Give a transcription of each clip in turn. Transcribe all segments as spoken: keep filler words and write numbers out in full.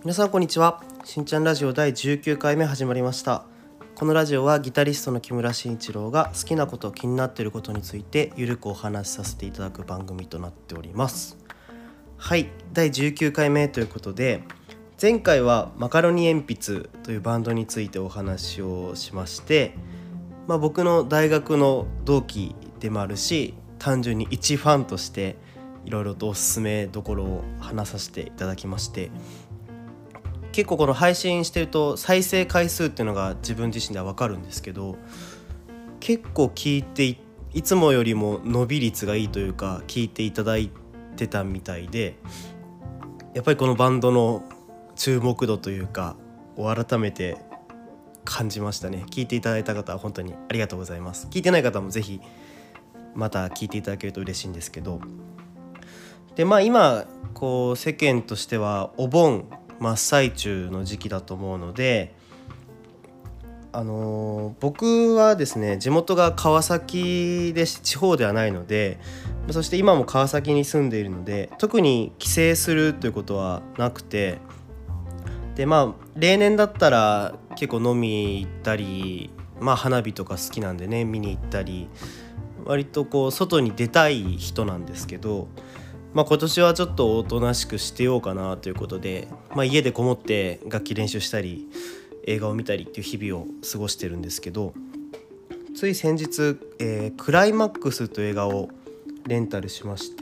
皆さんこんにちは。しんちゃんラジオだいじゅうきゅうかいめ始まりました。このラジオはギタリストの木村慎一郎が好きなこと、気になっていることについてゆるくお話しさせていただく番組となっております。はい、だいじゅうきゅうかいめということで、前回はマカロニ鉛筆というバンドについてお話をしまして、まあ、僕の大学の同期でもあるし、単純に一ファンとしていろいろとおすすめどころを話させていただきまして、結構この配信してると再生回数っていうのが自分自身では分かるんですけど、結構聞いて い, いつもよりも伸び率がいいというか、聞いていただいてたみたいで、やっぱりこのバンドの注目度というかを改めて感じましたね。聞いていただいた方は本当にありがとうございます。聞いてない方もぜひまた聞いていただけると嬉しいんですけど、でまあ今こう世間としてはお盆真っ最中の時期だと思うので、あのー、僕はですね、地元が川崎で地方ではないので、そして今も川崎に住んでいるので、特に帰省するということはなくて、でまあ例年だったら結構飲み行ったり、まあ花火とか好きなんでね、見に行ったり、割とこう外に出たい人なんですけど、まあ、今年はちょっとおとなしくしてようかなということで、まあ、家でこもって楽器練習したり映画を見たりっていう日々を過ごしてるんですけど、つい先日、えー、クライマックスという映画をレンタルしまして、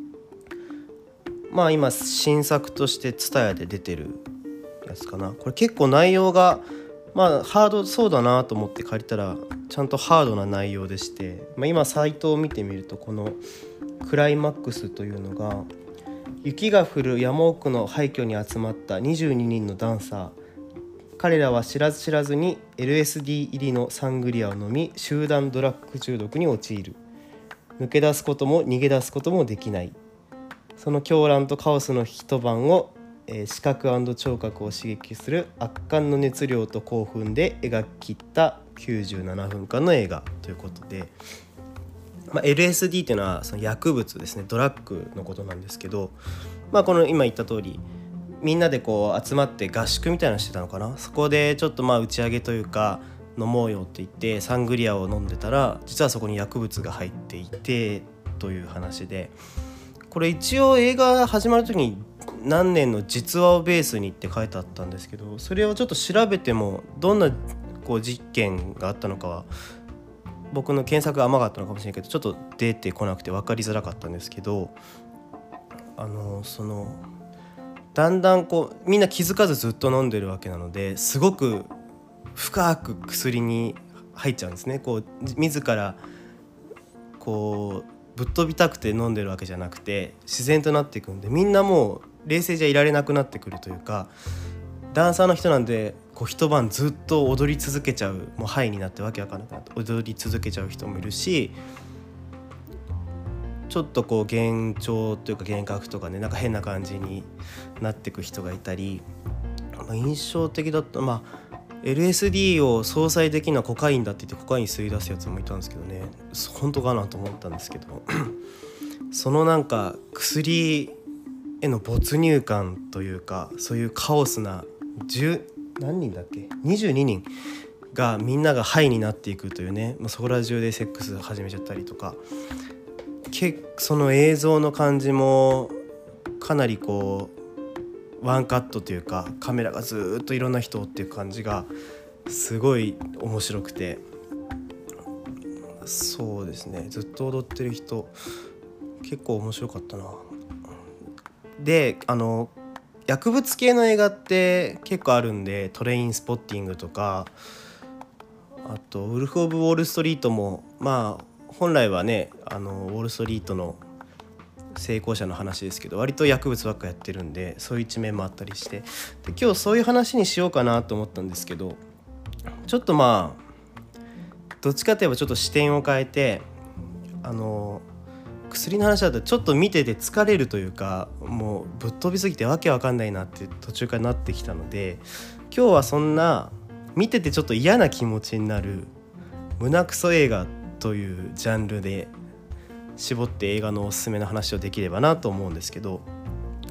まあ今新作として ツタヤ で出てるやつかな。これ結構内容がまあハードそうだなと思って借りたらちゃんとハードな内容でして、まあ、今サイトを見てみると、このクライマックスというのが、雪が降る山奥の廃墟に集まったにじゅうににんのダンサー、彼らは知らず知らずに エルエスディー 入りのサングリアを飲み、集団ドラッグ中毒に陥る。抜け出すことも逃げ出すこともできない。その狂乱とカオスの一晩を、えー、視覚&聴覚を刺激する圧巻の熱量と興奮で描き切ったきゅうじゅうななふんかんの映画ということで、まあ、エルエスディー っていうのはその薬物ですね、ドラッグのことなんですけど、まあ、この今言った通りみんなでこう集まって合宿みたいなのしてたのかな。そこでちょっとまあ打ち上げというか飲もうよって言ってサングリアを飲んでたら、実はそこに薬物が入っていてという話で、これ一応映画始まる時に何年の実話をベースにって書いてあったんですけど、それをちょっと調べてもどんなこう実験があったのかは僕の検索が甘かったのかもしれないけど、ちょっと出てこなくて分かりづらかったんですけど、あのそのだんだんこうみんな気づかずずっと飲んでるわけなので、すごく深く薬に入っちゃうんですね。こう自らこうぶっ飛びたくて飲んでるわけじゃなくて、自然となっていくんで、みんなもう冷静じゃいられなくなってくるというか、ダンサーの人なんでこう一晩ずっと踊り続けちゃう、もうハイになってわけわからなくなって踊り続けちゃう人もいるし、ちょっとこう幻聴というか幻覚とかね、なんか変な感じになってく人がいたり、まあ、印象的だった、まあ エルエスディー を相殺できるのはコカインだって言ってコカイン吸い出すやつもいたんですけどね、本当かなと思ったんですけどそのなんか薬への没入感というか、そういうカオスなじゅう何人だっけにじゅうににんがみんながハイになっていくというね、まあ、そこら中でセックス始めちゃったりとか、けその映像の感じもかなりこうワンカットというか、カメラがずっといろんな人を追っていく感じがすごい面白くて、そうですね、ずっと踊ってる人結構面白かったな。で、あの薬物系の映画って結構あるんで、トレインスポッティングとか、あとウルフ・オブ・ウォール・ストリートも、まあ本来はね、あのウォール・ストリートの成功者の話ですけど、割と薬物ばっかやってるんで、そういう一面もあったりして、で今日そういう話にしようかなと思ったんですけど、ちょっとまあどっちかといえばちょっと視点を変えて、あの薬の話だとちょっと見てて疲れるというか、もうぶっ飛びすぎてわけわかんないなって途中からなってきたので、今日はそんな見ててちょっと嫌な気持ちになる胸クソ映画というジャンルで絞って映画のおすすめの話をできればなと思うんですけど、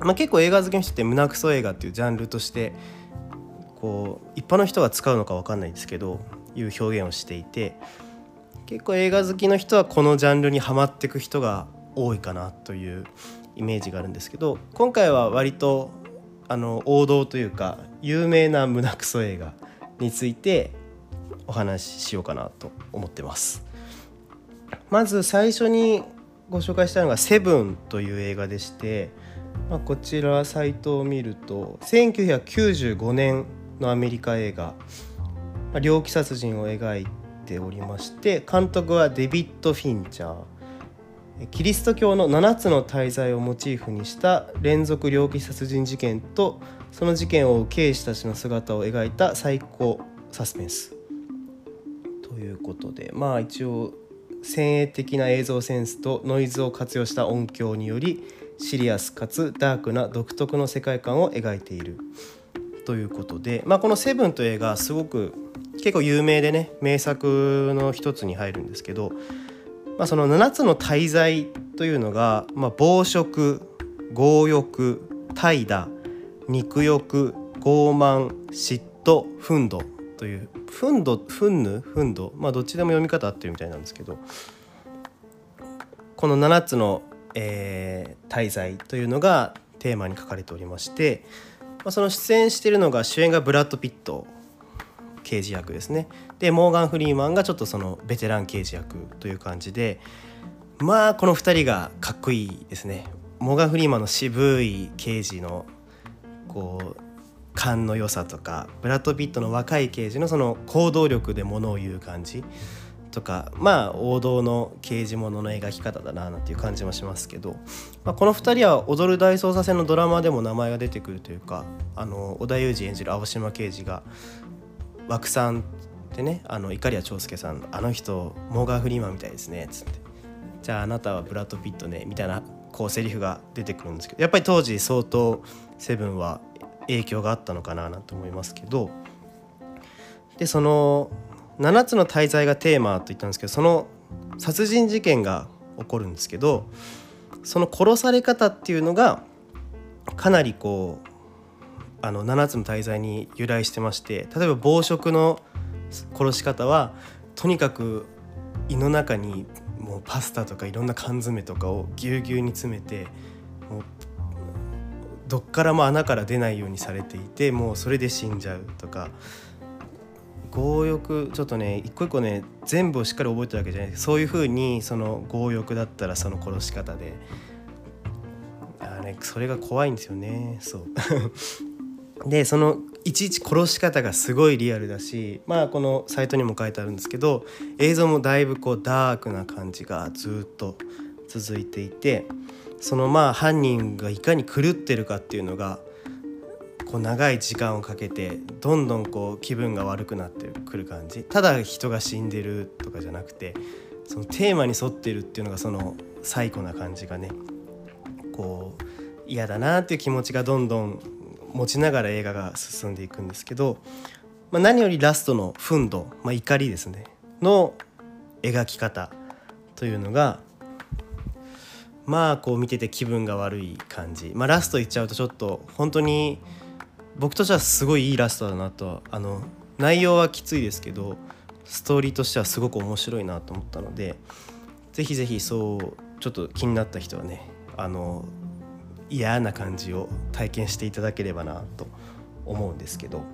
まあ、結構映画好きの人って胸クソ映画っていうジャンルとしてこう一般の人が使うのか分かんないんですけどいう表現をしていて、結構映画好きの人はこのジャンルにハマっていく人が多いかなというイメージがあるんですけど、今回は割とあの王道というか有名な胸クソ映画についてお話ししようかなと思ってます。まず最初にご紹介したのがセブンという映画でして、まあ、こちらサイトを見るとせんきゅうひゃくきゅうじゅうごねんのアメリカ映画、まあ、猟奇殺人を描いておりまして、監督はデビッド・フィンチャー。キリスト教のななつの大罪をモチーフにした連続猟奇殺人事件とその事件を追う刑事たちの姿を描いたサイコサスペンスということで、まあ一応先鋭的な映像センスとノイズを活用した音響によりシリアスかつダークな独特の世界観を描いているということで、まあ、このセブンという映画すごく結構有名でね名作の一つに入るんですけど、まあ、そのななつの大罪というのが、まあ、暴食、強欲、怠惰、肉欲、傲慢、嫉妬、憤怒という憤怒、憤怒、憤怒、まあどっちでも読み方合ってるみたいなんですけど、このななつの、えー、大罪というのがテーマに書かれておりまして、まあ、その出演しているのが主演がブラッド・ピット刑事役ですね。でモーガン・フリーマンがちょっとそのベテラン刑事役という感じで、まあこのふたりがかっこいいですね。モーガン・フリーマンの渋い刑事のこう勘の良さとか、ブラッド・ピットの若い刑事のその行動力で物を言う感じとか、まあ王道の刑事物の描き方だななんていう感じもしますけど、まあ、このふたりは踊る大捜査線のドラマでも名前が出てくるというか、あの織田裕二演じる青島刑事が枠さんってね、あの碇谷長介さん、あの人モーガン・フリーマンみたいですねつって、じゃああなたはブラッド・ピットねみたいなこうセリフが出てくるんですけど、やっぱり当時相当セブンは影響があったのかななんて思いますけど、でそのななつの大罪がテーマと言ったんですけど、その殺人事件が起こるんですけど、その殺され方っていうのがかなりこうあのななつの大罪に由来してまして、例えば暴食の殺し方はとにかく胃の中にもうパスタとかいろんな缶詰とかをぎゅうぎゅうに詰めて、もうどっからも穴から出ないようにされていて、もうそれで死んじゃうとか、強欲ちょっとね一個一個ね全部をしっかり覚えてるわけじゃないです。そういう風にその強欲だったらその殺し方で、あ、ね、それが怖いんですよね。そうでそのいちいち殺し方がすごいリアルだし、まあこのサイトにも書いてあるんですけど、映像もだいぶこうダークな感じがずっと続いていて、そのまあ犯人がいかに狂ってるかっていうのがこう長い時間をかけてどんどんこう気分が悪くなってくる感じ。ただ人が死んでるとかじゃなくて、そのテーマに沿ってるっていうのがその最高な感じがね、こう嫌だなっていう気持ちがどんどん持ちながら映画が進んでいくんですけど、まあ、何よりラストの憤怒、まあ、怒りですねの描き方というのがまあこう見てて気分が悪い感じ、まあ、ラスト言っちゃうとちょっと本当に僕としてはすごいいいラストだなと、あの内容はきついですけどストーリーとしてはすごく面白いなと思ったので、ぜひぜひそうちょっと気になった人はね、あの嫌な感じを体験していただければなと思うんですけど、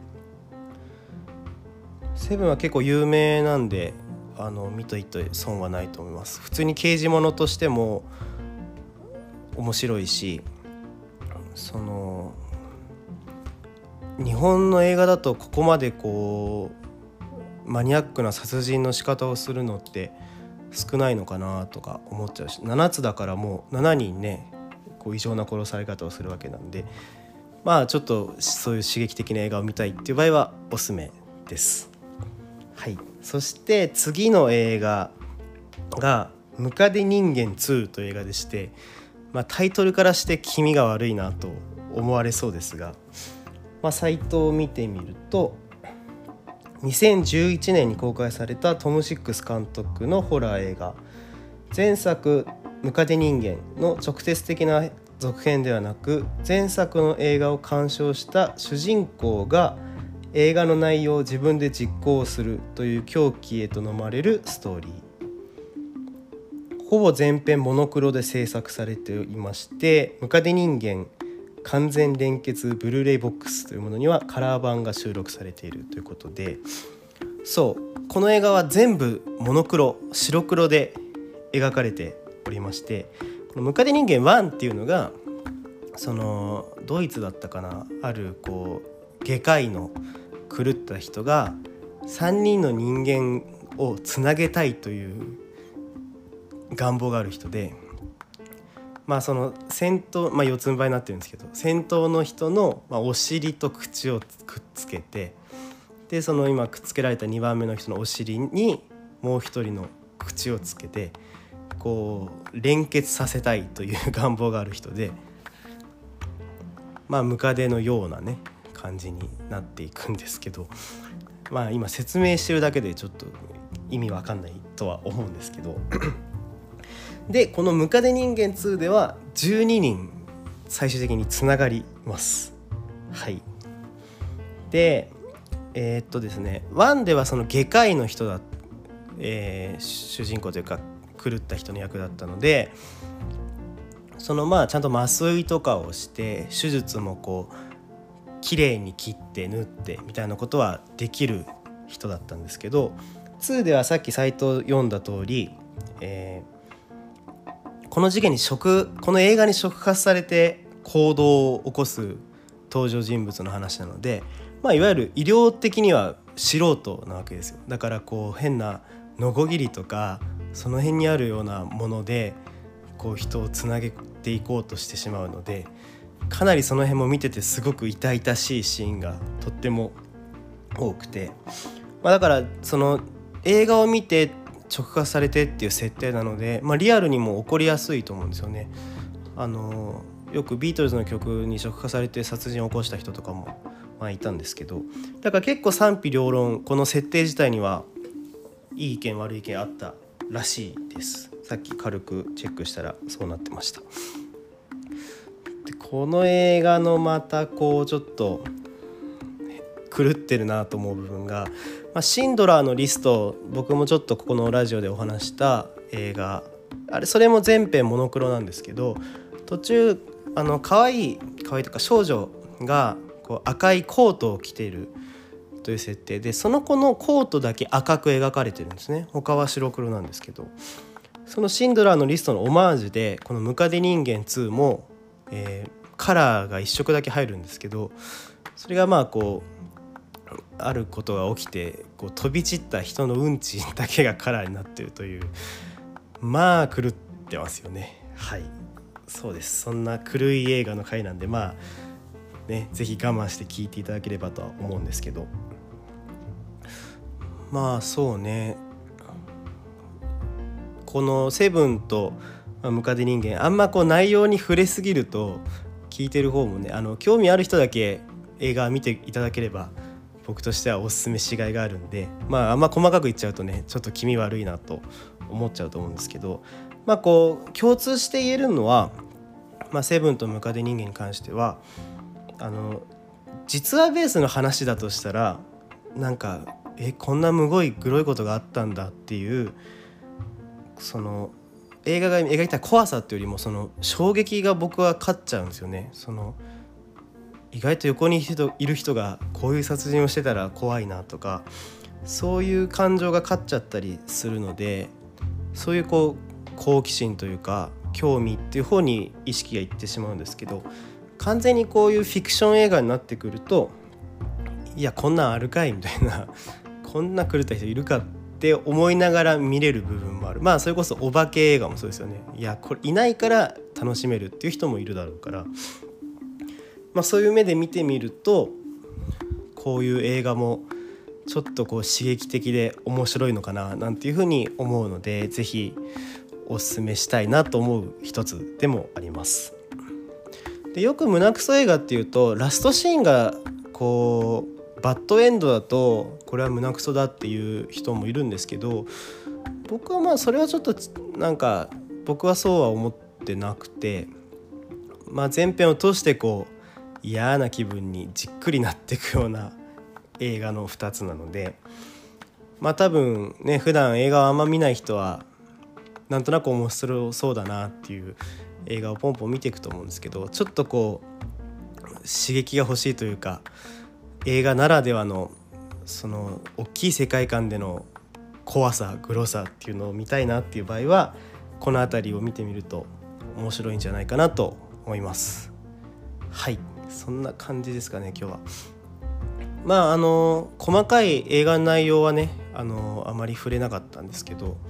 セブンは結構有名なんであの見といて損はないと思います。普通に刑事物としても面白いし、その日本の映画だとここまでこうマニアックな殺人の仕方をするのって少ないのかなとか思っちゃうし、ななつだからもうしちにんねこう異常な殺され方をするわけなんで、まあちょっとそういう刺激的な映画を見たいっていう場合はおすすめです。はい、そして次の映画がムカデ人間ツーという映画でして、まあ、タイトルからして気味が悪いなと思われそうですが、まあ、サイトを見てみるとにせんじゅういちねんに公開されたトム・シックス監督のホラー映画、前作ムカデ人間の直接的な続編ではなく、前作の映画を鑑賞した主人公が映画の内容を自分で実行するという狂気へと飲まれるストーリー。ほぼ全編モノクロで制作されていまして、ムカデ人間完全連結ブルーレイボックスというものにはカラー版が収録されているということで、そうこの映画は全部モノクロ白黒で描かれておりまして、このムカデ人間ワンっていうのがそのドイツだったかな、あるこう外科医の狂った人がさんにんの人間をつなげたいという願望がある人で、まあその先頭、まあ、四つん這いになってるんですけど、先頭の人の、まあ、お尻と口をくっつけて、でその今くっつけられたにばんめの人のお尻にもう一人の口をつけてこう連結させたいという願望がある人で、まあムカデのようなね感じになっていくんですけど、まあ今説明してるだけでちょっと意味わかんないとは思うんですけどでこのムカデ人間ツーではじゅうににん最終的につながります。はい。でえー、っとですねワンではその外科医の人だ、えー、主人公というか狂った人の役だったので、そのまあちゃんと麻酔とかをして手術もこう綺麗に切って縫ってみたいなことはできる人だったんですけど、ツーではさっきサイト読んだ通り、えーこの事件に触この映画に触発されて行動を起こす登場人物の話なので、まあ、いわゆる医療的には素人なわけですよ。だからこう変なノコギリとかその辺にあるようなものでこう人をつなげていこうとしてしまうので、かなりその辺も見ててすごく痛々しいシーンがとっても多くて、まあ、だからその映画を見て直化されてっていう設定なので、まあ、リアルにも起こりやすいと思うんですよね。あのよくビートルズの曲に直化されて殺人を起こした人とかも、まあ、いたんですけど、だから結構賛否両論この設定自体にはいい意見悪い意見あったらしいです。さっき軽くチェックしたらそうなってました。でこの映画のまたこうちょっと狂ってるなと思う部分が、まあ、シンドラーのリスト、僕もちょっとここのラジオでお話した映画、あれそれも全編モノクロなんですけど、途中あの可愛い可愛いとか少女がこう赤いコートを着ているという設定で、その子のコートだけ赤く描かれてるんですね。他は白黒なんですけど、そのシンドラーのリストのオマージュでこのムカデ人間ツーも、えー、カラーが一色だけ入るんですけど、それがまあこうあることが起きてこう飛び散った人のうんちだけがカラーになっているという、まあ狂ってますよね。はい、そうです。そんな狂い映画の回なんで、まあね、ぜひ我慢して聞いていただければとは思うんですけど、まあそうね、このセブンとムカデ人間あんまこう内容に触れすぎると聞いてる方もね、あの興味ある人だけ映画見ていただければ僕としてはおすすめしがいがあるんで、まああんま細かく言っちゃうとねちょっと気味悪いなと思っちゃうと思うんですけど、まあこう共通して言えるのは、まあ、セブンとムカデ人間に関してはあの実話ベースの話だとしたらなんかえこんなむごいグロいことがあったんだっていう、その映画が描いた怖さっていうよりもその衝撃が僕は勝っちゃうんですよね。その意外と横にいる人がこういう殺人をしてたら怖いなとか、そういう感情が勝っちゃったりするので、そういうこう好奇心というか興味っていう方に意識がいってしまうんですけど、完全にこういうフィクション映画になってくると、いやこんなんあるかいみたいなこんな狂った人いるかって思いながら見れる部分もある。まあそれこそお化け映画もそうですよね。いやこれいないから楽しめるっていう人もいるだろうから、まあ、そういう目で見てみるとこういう映画もちょっとこう刺激的で面白いのかななんていうふうに思うので、ぜひおすすめしたいなと思う一つでもあります。でよく胸クソ映画っていうとラストシーンがこうバッドエンドだとこれは胸クソだっていう人もいるんですけど、僕はまあそれはちょっとなんか僕はそうは思ってなくて、 まあ、前編を通してこう嫌な気分にじっくりなっていくような映画のふたつなので、まあ多分ね普段映画をあんま見ない人はなんとなく面白そうだなっていう映画をポンポン見ていくと思うんですけど、ちょっとこう刺激が欲しいというか、映画ならではのその大きい世界観での怖さグロさっていうのを見たいなっていう場合はこの辺りを見てみると面白いんじゃないかなと思います。はい、そんな感じですかね今日は。まああの細かい映画の内容はねあのあまり触れなかったんですけど、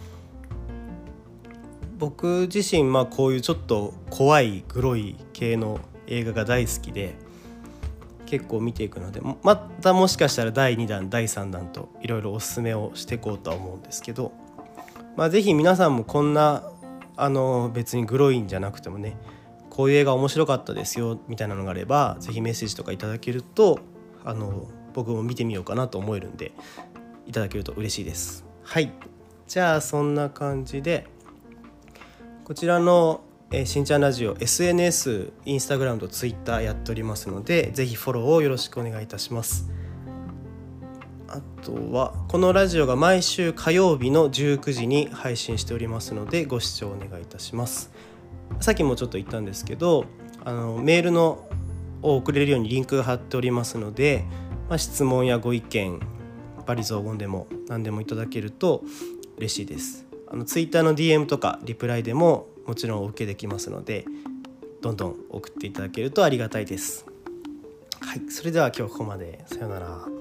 僕自身まあこういうちょっと怖いグロい系の映画が大好きで結構見ていくので、またもしかしたらだいにだんだいさんだんといろいろおすすめをしていこうとは思うんですけど、まあ、ぜひ皆さんもこんなあの別にグロいんじゃなくてもねこういう映画面白かったですよみたいなのがあればぜひメッセージとかいただけるとあの僕も見てみようかなと思えるんでいただけると嬉しいです。はい、じゃあそんな感じでこちらのえー、しんちゃんラジオ エスエヌエス インスタグラムとツイッターやっておりますのでぜひフォローをよろしくお願いいたします。あとはこのラジオが毎週火曜日のじゅうくじに配信しておりますのでご視聴お願いいたします。さっきもちょっと言ったんですけどあのメールのを送れるようにリンクが貼っておりますので、まあ、質問やご意見バリ雑言でも何でもいただけると嬉しいです。あのツイッターの ディーエム とかリプライでももちろんお受けできますのでどんどん送っていただけるとありがたいです。はい、それでは今日はここまで。さようなら。